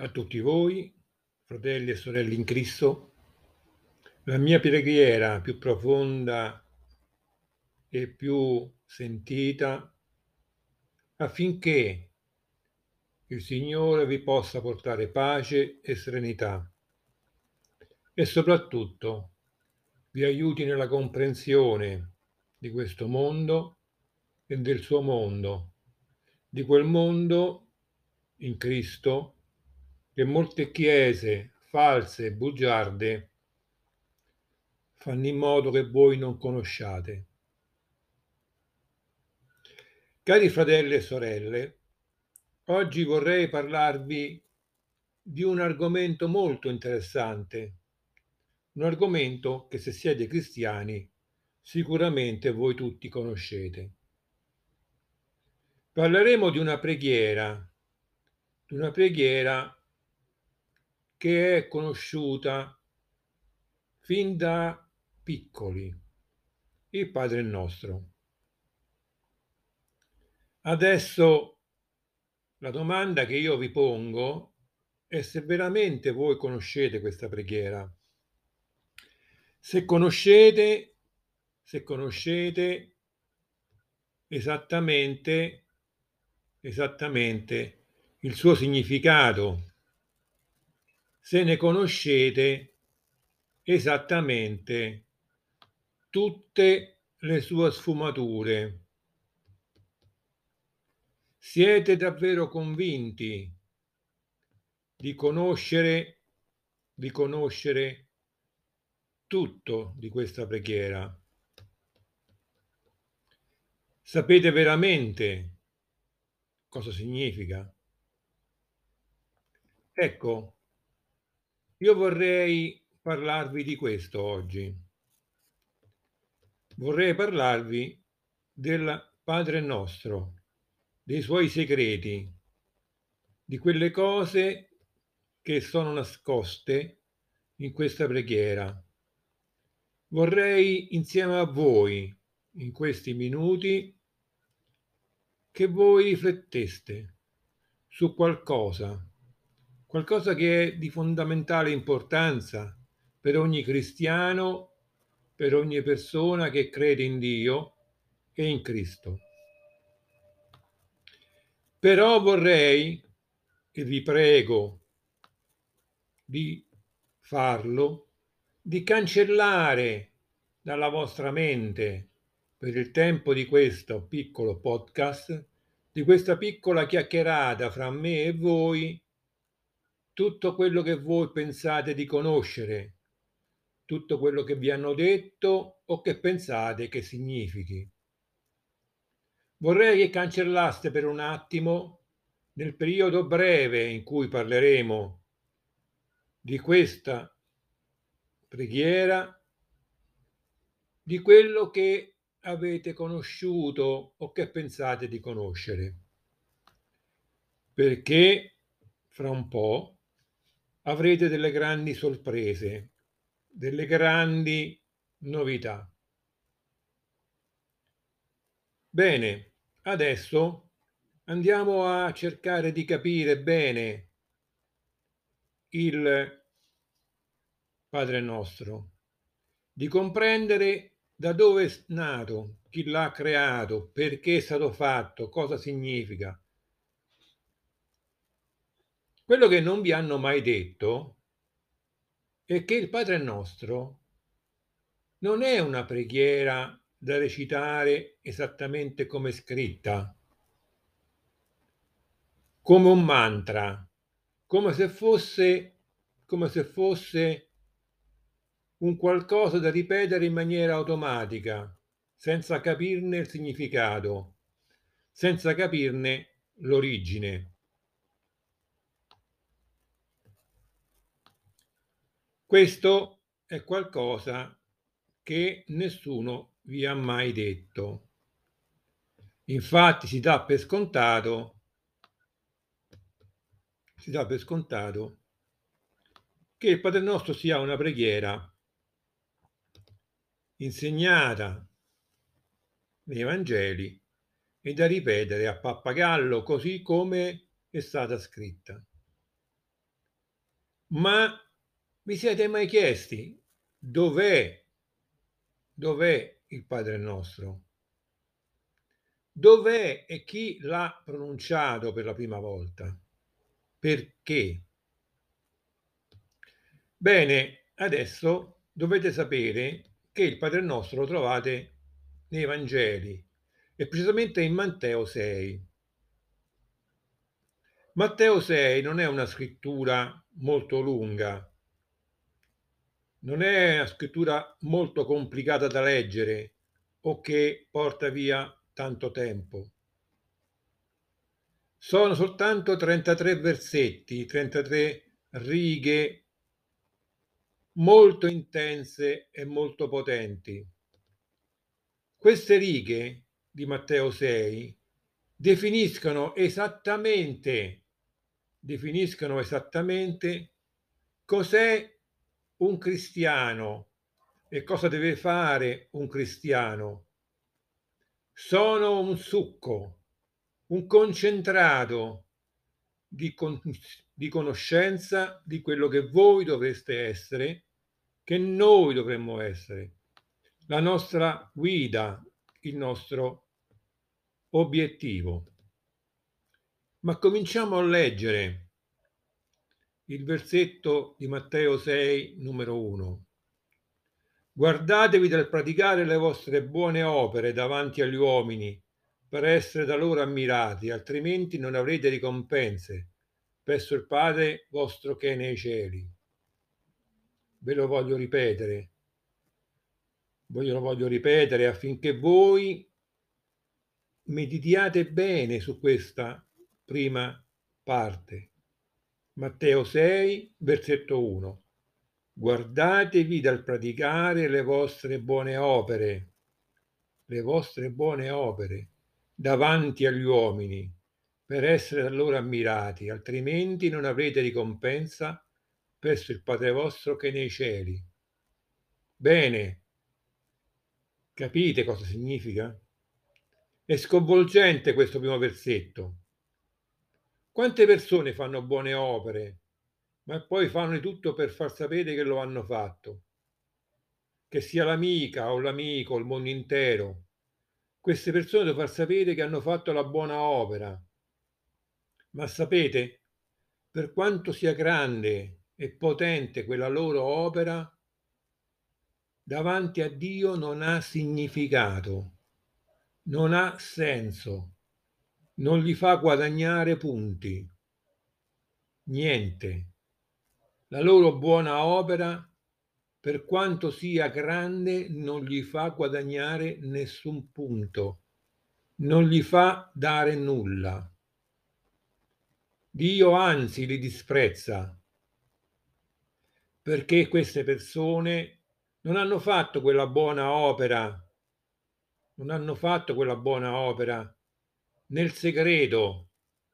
A tutti voi, fratelli e sorelle in Cristo, la mia preghiera più profonda e più sentita affinché il Signore vi possa portare pace e serenità e soprattutto vi aiuti nella comprensione di questo mondo e del suo mondo, di quel mondo in Cristo che molte chiese false e bugiarde fanno in modo che voi non conosciate. Cari fratelli e sorelle, oggi vorrei parlarvi di un argomento molto interessante, un argomento che se siete cristiani sicuramente voi tutti conoscete. Parleremo di una preghiera che è conosciuta fin da piccoli, il Padre Nostro. Adesso la domanda che io vi pongo è se veramente voi conoscete questa preghiera. Se conoscete se conoscete esattamente il suo significato, se ne conoscete esattamente tutte le sue sfumature. Siete davvero convinti di conoscere tutto di questa preghiera? Sapete veramente cosa significa? Ecco, io vorrei parlarvi di questo oggi. Vorrei parlarvi del Padre Nostro, dei suoi segreti, di quelle cose che sono nascoste in questa preghiera. Vorrei insieme a voi, in questi minuti, che voi rifletteste su qualcosa che è di fondamentale importanza per ogni cristiano, per ogni persona che crede in Dio e in Cristo. Però vorrei, e vi prego di farlo, di cancellare dalla vostra mente, per il tempo di questo piccolo podcast, di questa piccola chiacchierata fra me e voi, tutto quello che voi pensate di conoscere, tutto quello che vi hanno detto o che pensate che significhi. Vorrei che cancellaste per un attimo, nel periodo breve in cui parleremo di questa preghiera, di quello che avete conosciuto o che pensate di conoscere, perché fra un po' avrete delle grandi sorprese, delle grandi novità. Bene, adesso andiamo a cercare di capire bene il Padre Nostro, di comprendere da dove è nato, chi l'ha creato, perché è stato fatto, cosa significa. Quello che non vi hanno mai detto è che il Padre Nostro non è una preghiera da recitare esattamente come è scritta, come un mantra, come se fosse come se fosse un qualcosa da ripetere in maniera automatica, senza capirne il significato, senza capirne l'origine. Questo è qualcosa che nessuno vi ha mai detto. Infatti si dà per scontato che il Padre Nostro sia una preghiera insegnata nei Vangeli e da ripetere a pappagallo così come è stata scritta. Ma vi siete mai chiesti dov'è il Padre nostro? Dov'è e chi l'ha pronunciato per la prima volta? Perché? Bene, adesso dovete sapere che il Padre nostro lo trovate nei Vangeli e precisamente in Matteo 6. Matteo 6 non è una scrittura molto lunga, non è una scrittura molto complicata da leggere o che porta via tanto tempo. Sono soltanto 33 versetti, 33 righe molto intense e molto potenti. Queste righe di Matteo 6 definiscono esattamente cos'è un cristiano e cosa deve fare un cristiano. Sono un succo, un concentrato di conoscenza di quello che voi dovreste essere, che noi dovremmo essere, la nostra guida, il nostro obiettivo. Ma cominciamo a leggere il versetto di Matteo 6, numero 1. Guardatevi dal praticare le vostre buone opere davanti agli uomini, per essere da loro ammirati, altrimenti non avrete ricompense presso il Padre vostro che è nei cieli. Ve lo voglio ripetere affinché voi meditiate bene su questa prima parte. Matteo 6, versetto 1. Guardatevi dal praticare le vostre buone opere davanti agli uomini, per essere da loro ammirati, altrimenti non avrete ricompensa presso il Padre vostro che è nei cieli. Bene, capite cosa significa? È sconvolgente questo primo versetto. Quante persone fanno buone opere, ma poi fanno di tutto per far sapere che lo hanno fatto? Che sia l'amica o l'amico o il mondo intero. Queste persone devono far sapere che hanno fatto la buona opera. Ma sapete, per quanto sia grande e potente quella loro opera, davanti a Dio non ha significato, non ha senso, non gli fa guadagnare punti, niente. La loro buona opera, per quanto sia grande, non gli fa guadagnare nessun punto, non gli fa dare nulla. Dio anzi li disprezza, perché queste persone non hanno fatto quella buona opera, non hanno fatto quella buona opera nel segreto,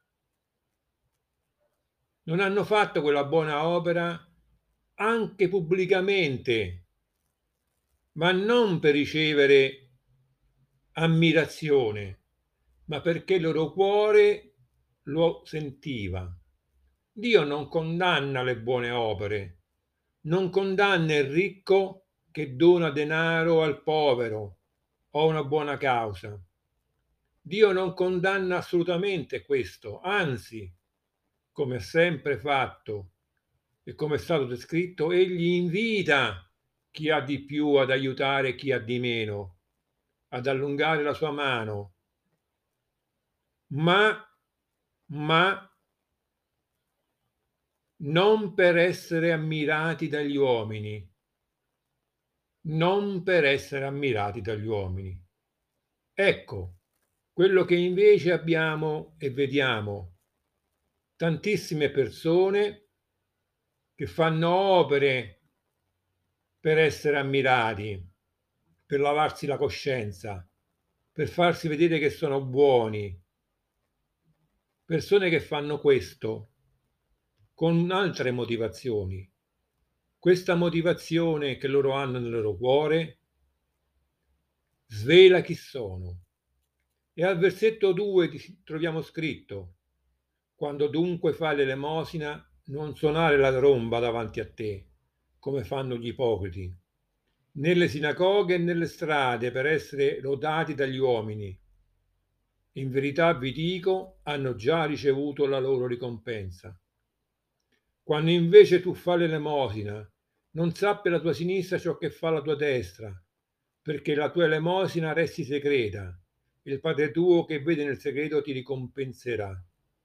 non hanno fatto quella buona opera anche pubblicamente, ma non per ricevere ammirazione, ma perché il loro cuore lo sentiva. Dio non condanna le buone opere, non condanna il ricco che dona denaro al povero o a una buona causa. Dio non condanna assolutamente questo, anzi, come ha sempre fatto e come è stato descritto, egli invita chi ha di più ad aiutare chi ha di meno, ad allungare la sua mano, ma, ma non per essere ammirati dagli uomini, non per essere ammirati dagli uomini. Ecco, quello che invece abbiamo e vediamo, tantissime persone che fanno opere per essere ammirati, per lavarsi la coscienza, per farsi vedere che sono buoni, persone che fanno questo con altre motivazioni. Questa motivazione che loro hanno nel loro cuore svela chi sono. E al versetto 2 troviamo scritto: quando dunque fai l'elemosina, non suonare la tromba davanti a te, come fanno gli ipocriti, nelle sinagoghe e nelle strade per essere lodati dagli uomini. In verità vi dico, hanno già ricevuto la loro ricompensa. Quando invece tu fai l'elemosina, non sappia la tua sinistra ciò che fa la tua destra, perché la tua elemosina resti segreta. Il Padre tuo che vede nel segreto ti ricompenserà.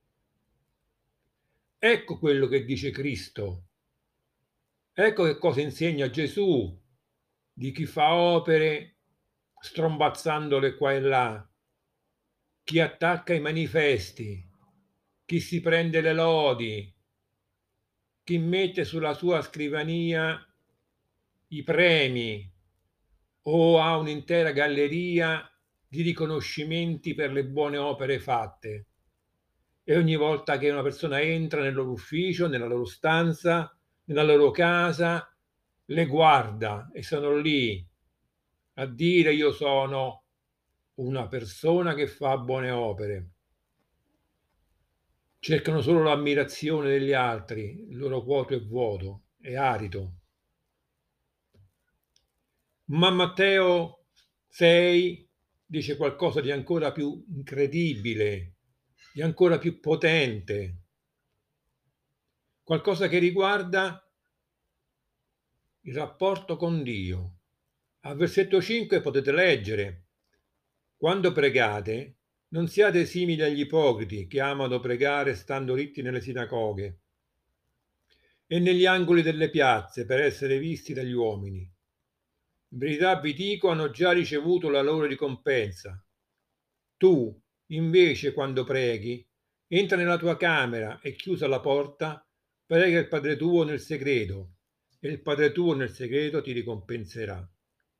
Ecco quello che dice Cristo. Ecco che cosa insegna Gesù di chi fa opere strombazzandole qua e là, chi attacca i manifesti, chi si prende le lodi, chi mette sulla sua scrivania i premi o ha un'intera galleria di riconoscimenti per le buone opere fatte. E ogni volta che una persona entra nel loro ufficio, nella loro stanza, nella loro casa, le guarda e sono lì a dire io sono una persona che fa buone opere. Cercano solo l'ammirazione degli altri, il loro vuoto è vuoto, è arido. Ma Matteo 6 dice qualcosa di ancora più incredibile, di ancora più potente, qualcosa che riguarda il rapporto con Dio. Al versetto 5 potete leggere: quando pregate, non siate simili agli ipocriti che amano pregare stando ritti nelle sinagoghe e negli angoli delle piazze per essere visti dagli uomini. In verità vi dico, hanno già ricevuto la loro ricompensa. Tu, invece, quando preghi, entra nella tua camera e chiusa la porta, prega il Padre tuo nel segreto, e il Padre tuo nel segreto ti ricompenserà.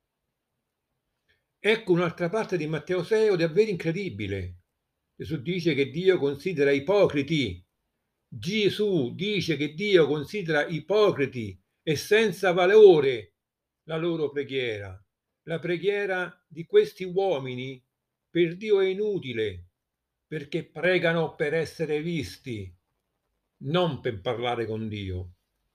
Ecco un'altra parte di Matteo 6 davvero incredibile. Gesù dice che Dio considera ipocriti. Gesù dice che Dio considera ipocriti e senza valore la loro preghiera. La preghiera di questi uomini per Dio è inutile, perché pregano per essere visti, non per parlare con Dio.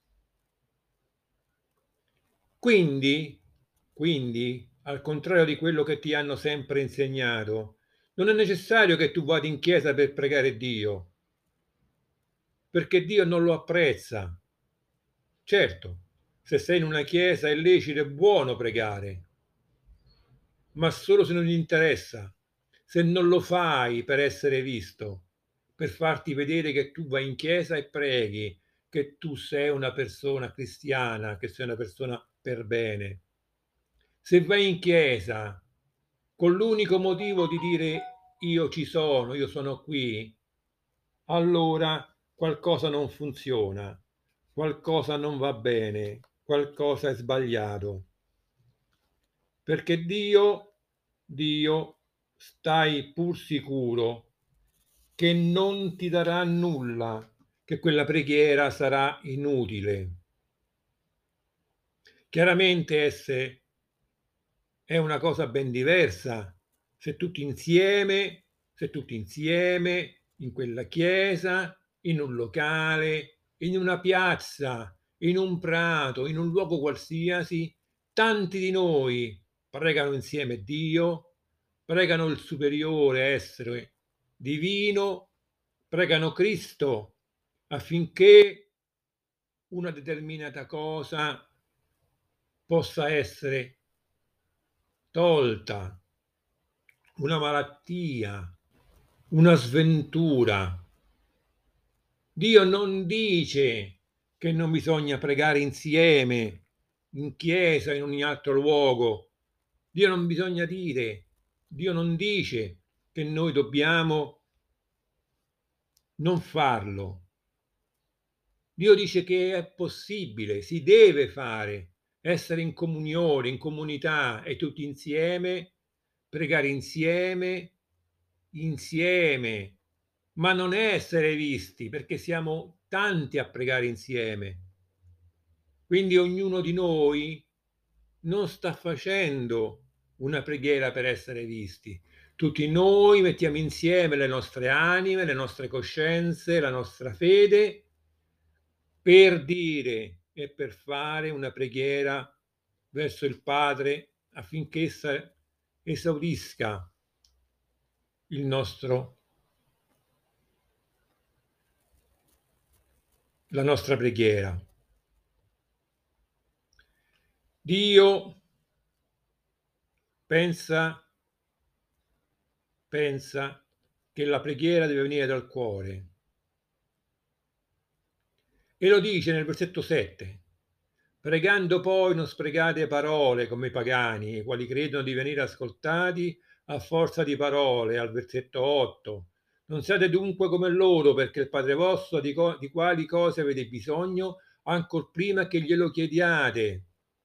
Quindi, al contrario di quello che ti hanno sempre insegnato, non è necessario che tu vada in chiesa per pregare Dio, perché Dio non lo apprezza. Certo, se sei in una chiesa è lecito e buono pregare, ma solo se non gli interessa, se non lo fai per essere visto, per farti vedere che tu vai in chiesa e preghi, che tu sei una persona cristiana, che sei una persona per bene. Se vai in chiesa con l'unico motivo di dire io sono qui, allora qualcosa non funziona, qualcosa non va bene, qualcosa è sbagliato. Perché Dio, stai pur sicuro che non ti darà nulla, che quella preghiera sarà inutile. Chiaramente è una cosa ben diversa se tutti insieme in quella chiesa, in un locale, in una piazza, in un prato, in un luogo qualsiasi, tanti di noi pregano insieme Dio, pregano il superiore essere divino, pregano Cristo affinché una determinata cosa possa essere tolta, una malattia, una sventura. Dio non dice che non bisogna pregare insieme, in chiesa, in ogni altro luogo. Dio non dice che noi dobbiamo non farlo. Dio dice che è possibile, si deve fare, essere in comunione, in comunità e tutti insieme, pregare insieme, ma non essere visti, perché siamo tanti a pregare insieme. Quindi ognuno di noi non sta facendo una preghiera per essere visti. Tutti noi mettiamo insieme le nostre anime, le nostre coscienze, la nostra fede per dire e per fare una preghiera verso il Padre affinché essa esaurisca il nostro la nostra preghiera. Dio pensa che la preghiera deve venire dal cuore e lo dice nel versetto 7: pregando poi non sprecate parole come i pagani, i quali credono di venire ascoltati a forza di parole, al versetto 8. Non siate dunque come loro, perché il Padre vostro di quali cose avete bisogno ancor prima che glielo chiediate.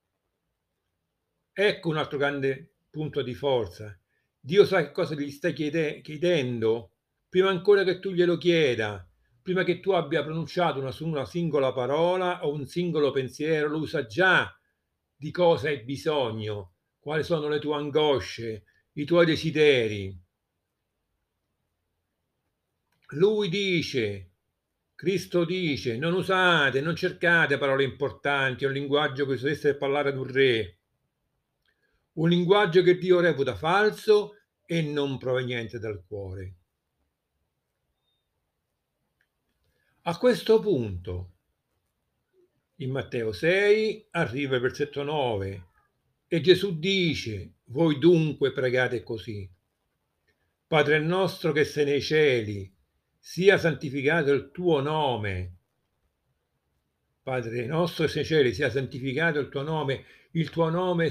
Ecco un altro grande punto di forza. Dio sa che cosa gli stai chiedendo prima ancora che tu glielo chieda, prima che tu abbia pronunciato una singola parola o un singolo pensiero, lui sa già di cosa hai bisogno, quali sono le tue angosce, i tuoi desideri. Lui dice, Cristo dice, non cercate parole importanti, un linguaggio che potesse parlare ad un re, un linguaggio che Dio reputa falso e non proveniente dal cuore. A questo punto, in Matteo 6, arriva il versetto 9 e Gesù dice, voi dunque pregate così. Padre nostro che sei nei cieli, sia santificato il tuo nome. Padre nostro che sei nei cieli, sia santificato il tuo nome. Il tuo nome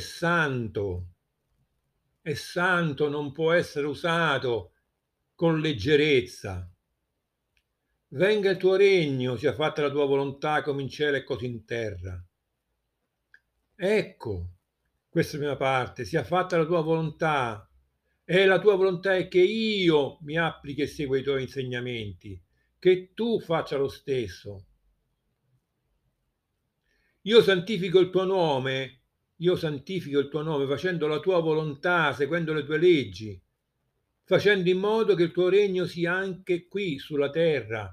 è santo, non può essere usato con leggerezza. Venga il tuo regno, sia fatta la tua volontà come in cielo e così in terra. Ecco, questa è la prima parte, sia fatta la tua volontà. E la tua volontà è che io mi applichi e segua i tuoi insegnamenti, che tu faccia lo stesso. Io santifico il tuo nome, io santifico il tuo nome facendo la tua volontà, seguendo le tue leggi, facendo in modo che il tuo regno sia anche qui sulla terra,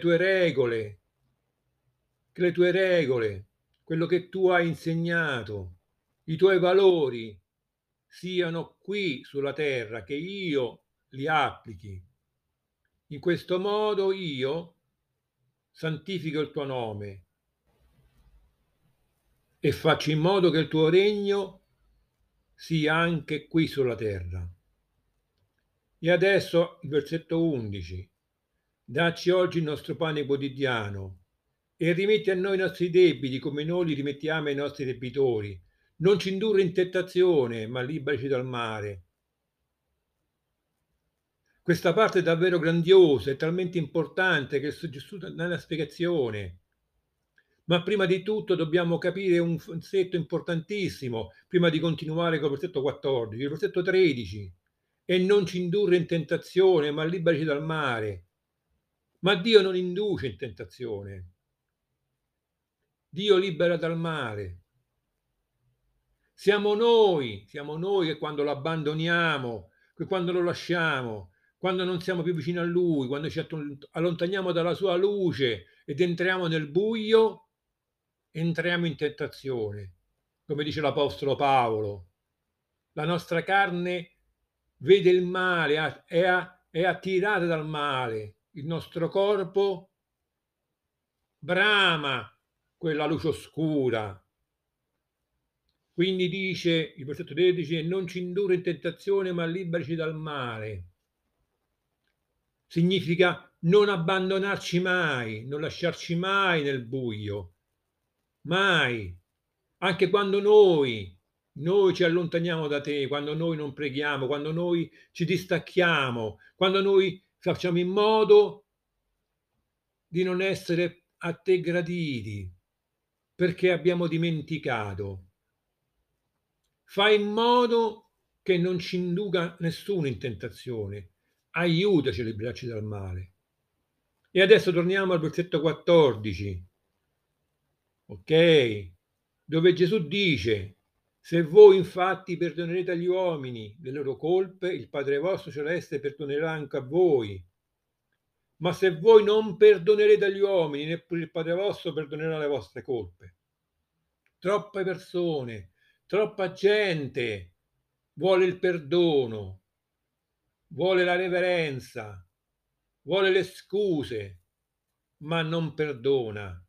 che le tue regole, quello che tu hai insegnato, i tuoi valori siano qui sulla terra, che io li applichi. In questo modo io santifico il tuo nome e faccio in modo che il tuo regno sia anche qui sulla terra. E adesso il versetto 11. Dacci oggi il nostro pane quotidiano e rimetti a noi i nostri debiti come noi li rimettiamo ai nostri debitori. Non ci indurre in tentazione, ma liberaci dal male. Questa parte è davvero grandiosa, è talmente importante che è giusto nella spiegazione. Ma prima di tutto dobbiamo capire un versetto importantissimo, prima di continuare col versetto 14, il versetto 13. E non ci indurre in tentazione, ma liberaci dal male. Ma Dio non induce in tentazione. Dio libera dal male. Siamo noi che quando lo abbandoniamo, che quando lo lasciamo, quando non siamo più vicini a Lui, quando ci allontaniamo dalla Sua luce ed entriamo nel buio, entriamo in tentazione. Come dice l'Apostolo Paolo, la nostra carne vede il male, è attirata dal male, il nostro corpo brama quella luce oscura. Quindi dice il versetto 13: "E non ci indurre in tentazione, ma liberaci dal male". Significa non abbandonarci mai, non lasciarci mai nel buio, mai. Anche quando noi ci allontaniamo da te, quando noi non preghiamo, quando noi ci distacchiamo, quando noi facciamo in modo di non essere a te graditi, perché abbiamo dimenticato. Fai in modo che non ci induca nessuno in tentazione. Aiutaci a liberarci dal male. E adesso torniamo al versetto 14, ok? Dove Gesù dice: se voi infatti perdonerete agli uomini le loro colpe, il Padre vostro celeste perdonerà anche a voi. Ma se voi non perdonerete agli uomini, neppure il Padre vostro perdonerà le vostre colpe. Troppe persone, troppa gente vuole il perdono, vuole la reverenza, vuole le scuse, ma non perdona.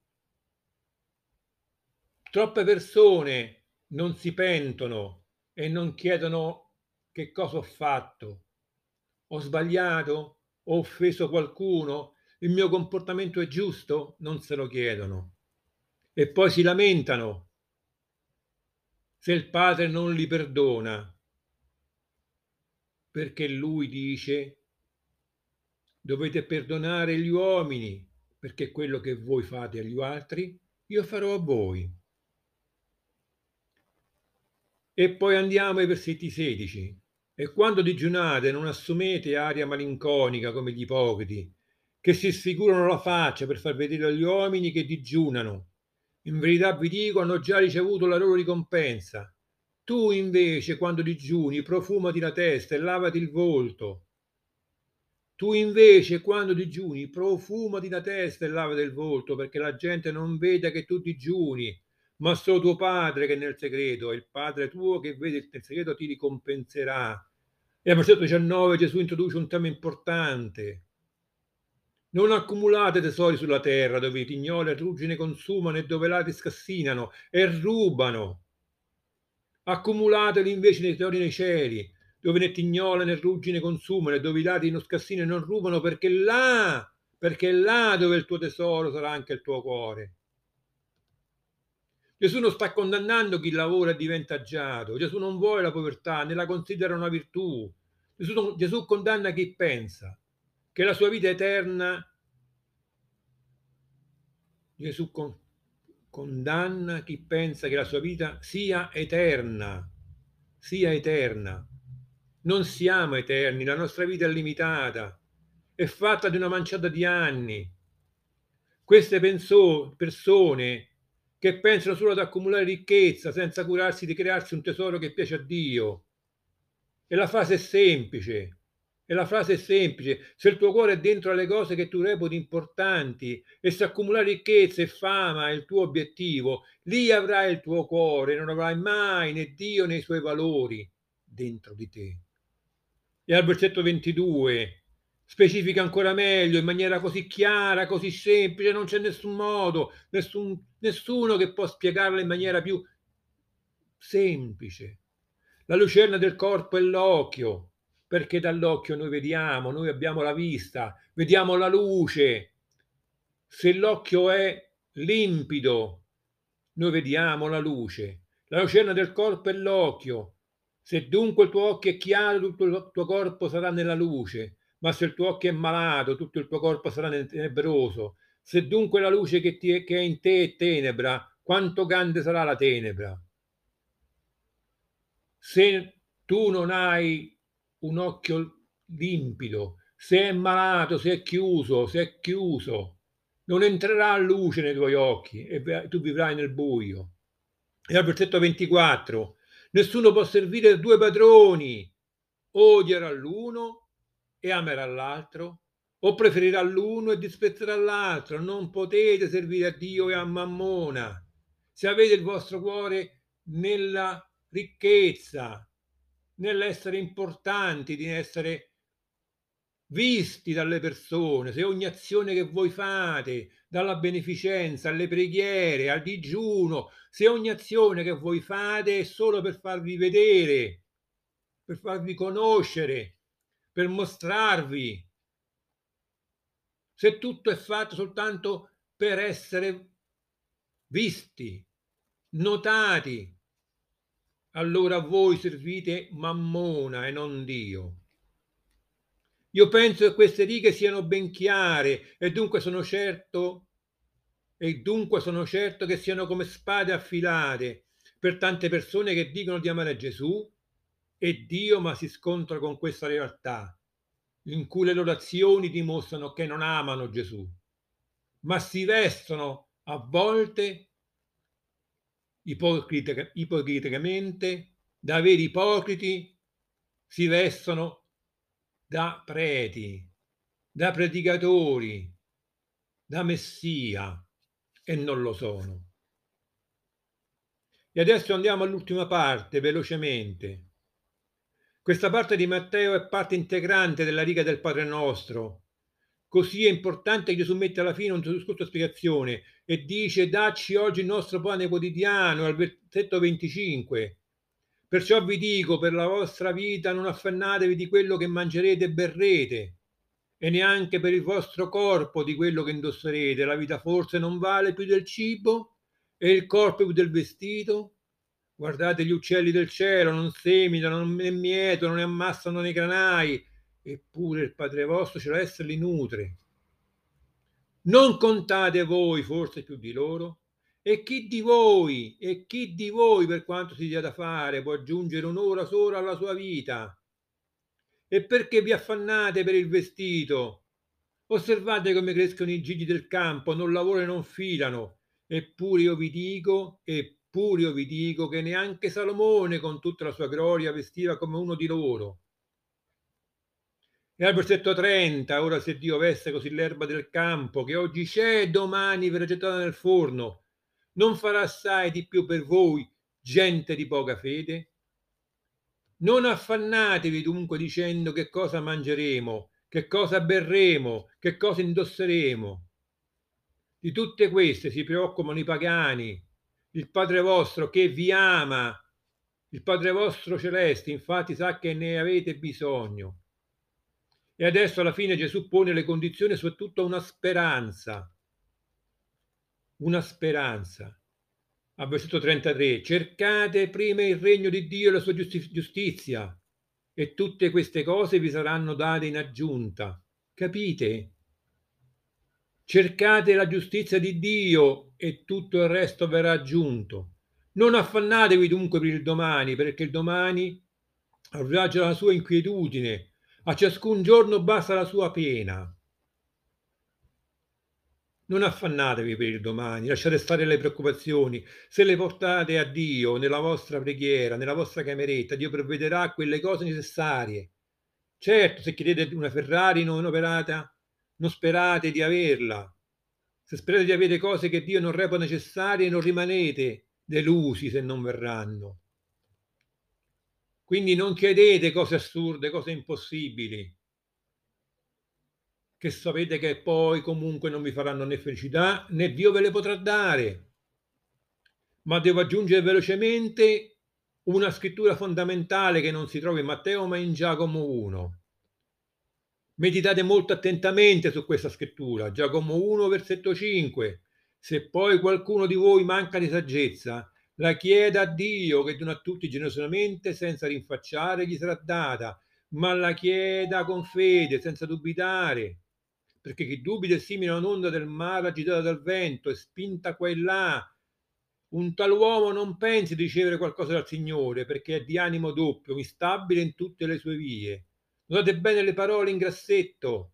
Troppe persone non si pentono e non chiedono: "Che cosa ho fatto? Ho sbagliato? Ho offeso qualcuno? Il mio comportamento è giusto?" Non se lo chiedono. E poi si lamentano se il padre non li perdona, perché lui dice: "Dovete perdonare gli uomini, perché quello che voi fate agli altri, io farò a voi." E poi andiamo ai versetti 16. E quando digiunate non assumete aria malinconica come gli ipocriti, che si sfigurano la faccia per far vedere agli uomini che digiunano. In verità vi dico, hanno già ricevuto la loro ricompensa. Tu invece, quando digiuni, profumati la testa e lavati il volto. Tu invece, quando digiuni, profumati la testa e lavati il volto, perché la gente non veda che tu digiuni, ma solo tuo padre che è nel segreto, e il padre tuo che vede nel segreto ti ricompenserà. E al versetto 19 Gesù introduce un tema importante. Non accumulate tesori sulla terra, dove i tignoli e il ruggine consumano e dove ladri scassinano e rubano. Accumulateli invece nei tesori nei cieli, dove né tignole né ruggine consumano e dove i ladri non scassinano e non rubano, perché è là dove il tuo tesoro sarà anche il tuo cuore. Gesù non sta condannando chi lavora e diventa agiato. Gesù non vuole la povertà, né la considera una virtù. Gesù condanna chi pensa che la sua vita eterna. Gesù condanna chi pensa che la sua vita sia eterna, sia eterna. Non siamo eterni, la nostra vita è limitata, è fatta di una manciata di anni. Queste persone che pensano solo ad accumulare ricchezza senza curarsi di crearsi un tesoro che piace a Dio. E la frase è semplice. E la frase è semplice. Se il tuo cuore è dentro alle cose che tu reputi importanti e se accumulare ricchezza e fama è il tuo obiettivo, lì avrai il tuo cuore, non avrai mai né Dio né i suoi valori dentro di te. E al versetto 22 specifica ancora meglio, in maniera così chiara, così semplice, non c'è nessun modo, nessuno che può spiegarla in maniera più semplice. La lucerna del corpo è l'occhio, perché dall'occhio noi vediamo, noi abbiamo la vista, vediamo la luce. Se l'occhio è limpido, noi vediamo la luce. La lucerna del corpo è l'occhio. Se dunque il tuo occhio è chiaro, tutto il tuo corpo sarà nella luce, ma se il tuo occhio è malato, tutto il tuo corpo sarà tenebroso. Se dunque la luce che è in te è tenebra, quanto grande sarà la tenebra? Se tu non hai un occhio limpido, se è malato, se è chiuso, non entrerà luce nei tuoi occhi e tu vivrai nel buio. E al versetto 24, nessuno può servire due padroni, o odierà l'uno e amerà l'altro, o preferirà l'uno e disprezzerà l'altro. Non potete servire a Dio e a Mammona. Se avete il vostro cuore nella ricchezza, nell'essere importanti, di essere visti dalle persone, se ogni azione che voi fate, dalla beneficenza alle preghiere, al digiuno, se ogni azione che voi fate è solo per farvi vedere, per farvi conoscere, per mostrarvi, se tutto è fatto soltanto per essere visti, notati, allora voi servite Mammona e non Dio. Io penso che queste righe siano ben chiare e dunque sono certo che siano come spade affilate per tante persone che dicono di amare Gesù e Dio, ma si scontrano con questa realtà, in cui le loro azioni dimostrano che non amano Gesù, ma si vestono a volte ipocriticamente, da veri ipocriti, si vestono da preti, da predicatori, da messia e non lo sono. E adesso andiamo all'ultima parte, velocemente. Questa parte di Matteo è parte integrante della riga del Padre Nostro. Così è importante che Gesù mette alla fine un suo discorso a spiegazione e dice: "Dacci oggi il nostro pane quotidiano", al versetto 25. "Perciò vi dico, per la vostra vita non affannatevi di quello che mangerete e berrete, e neanche per il vostro corpo di quello che indosserete. La vita forse non vale più del cibo e il corpo più del vestito? Guardate gli uccelli del cielo, non seminano, né mietono, né ammassano nei granai, eppure il Padre vostro celeste li nutre. Non contate voi forse più di loro? E chi di voi, per quanto si dia da fare, può aggiungere un'ora sola alla sua vita? E perché vi affannate per il vestito? Osservate come crescono i gigli del campo, non lavorano e non filano. Eppure io vi dico che neanche Salomone con tutta la sua gloria vestiva come uno di loro. E al versetto 30, ora se Dio veste così l'erba del campo, che oggi c'è e domani verrà gettata nel forno, non farà assai di più per voi, gente di poca fede? Non affannatevi dunque dicendo che cosa mangeremo, che cosa berremo, che cosa indosseremo. Di tutte queste si preoccupano i pagani. Il Padre vostro che vi ama, il Padre vostro celeste, infatti sa che ne avete bisogno. E adesso alla fine Gesù pone le condizioni soprattutto una speranza. Al versetto 33, cercate prima il regno di Dio e la sua giustizia e tutte queste cose vi saranno date in aggiunta. Capite? Cercate la giustizia di Dio e tutto il resto verrà aggiunto. Non affannatevi dunque per il domani, perché il domani avrà già la sua inquietudine. A ciascun giorno basta la sua pena. Non affannatevi per il domani, lasciate stare le preoccupazioni. Se le portate a Dio nella vostra preghiera, nella vostra cameretta, Dio provvederà quelle cose necessarie. Certo, se chiedete una Ferrari non sperate di averla. Se sperate di avere cose che Dio non reputa necessarie, non rimanete delusi se non verranno. Quindi non chiedete cose assurde, cose impossibili, che sapete che poi comunque non vi faranno né felicità né Dio ve le potrà dare. Ma devo aggiungere velocemente una scrittura fondamentale che non si trova in Matteo ma in Giacomo 1. Meditate molto attentamente su questa scrittura, Giacomo 1, versetto 5. Se poi qualcuno di voi manca di saggezza, la chieda a Dio che dona a tutti generosamente senza rinfacciare, gli sarà data, ma la chieda con fede, senza dubitare. Perché chi dubita è simile a un'onda del mare agitata dal vento e spinta qua e là. Un tal uomo non pensi di ricevere qualcosa dal Signore, perché è di animo doppio, instabile in tutte le sue vie. Notate bene le parole in grassetto.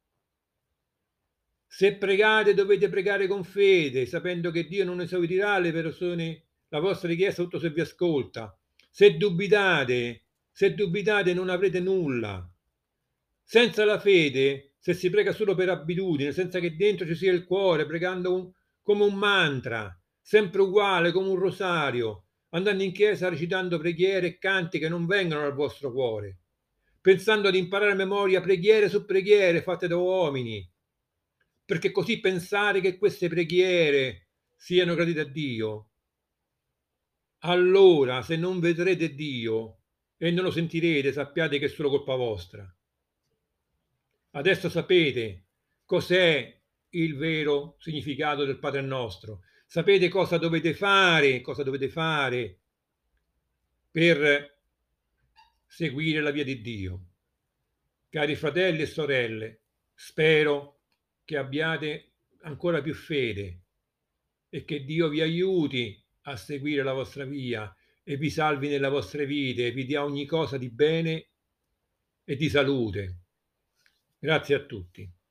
Se pregate dovete pregare con fede, sapendo che Dio non esaudirà la vostra richiesta tutto se vi ascolta. Se dubitate non avrete nulla. Senza la fede, se si prega solo per abitudine, senza che dentro ci sia il cuore, come un mantra, sempre uguale come un rosario, andando in chiesa recitando preghiere e canti che non vengono dal vostro cuore, pensando ad imparare a memoria preghiere su preghiere fatte da uomini, perché così pensare che queste preghiere siano gradite a Dio. Allora, se non vedrete Dio e non lo sentirete, sappiate che è solo colpa vostra. Adesso sapete cos'è il vero significato del Padre nostro. Sapete cosa dovete fare per seguire la via di Dio. Cari fratelli e sorelle, spero che abbiate ancora più fede e che Dio vi aiuti a seguire la vostra via e vi salvi nelle vostre vite e vi dia ogni cosa di bene e di salute. Grazie a tutti.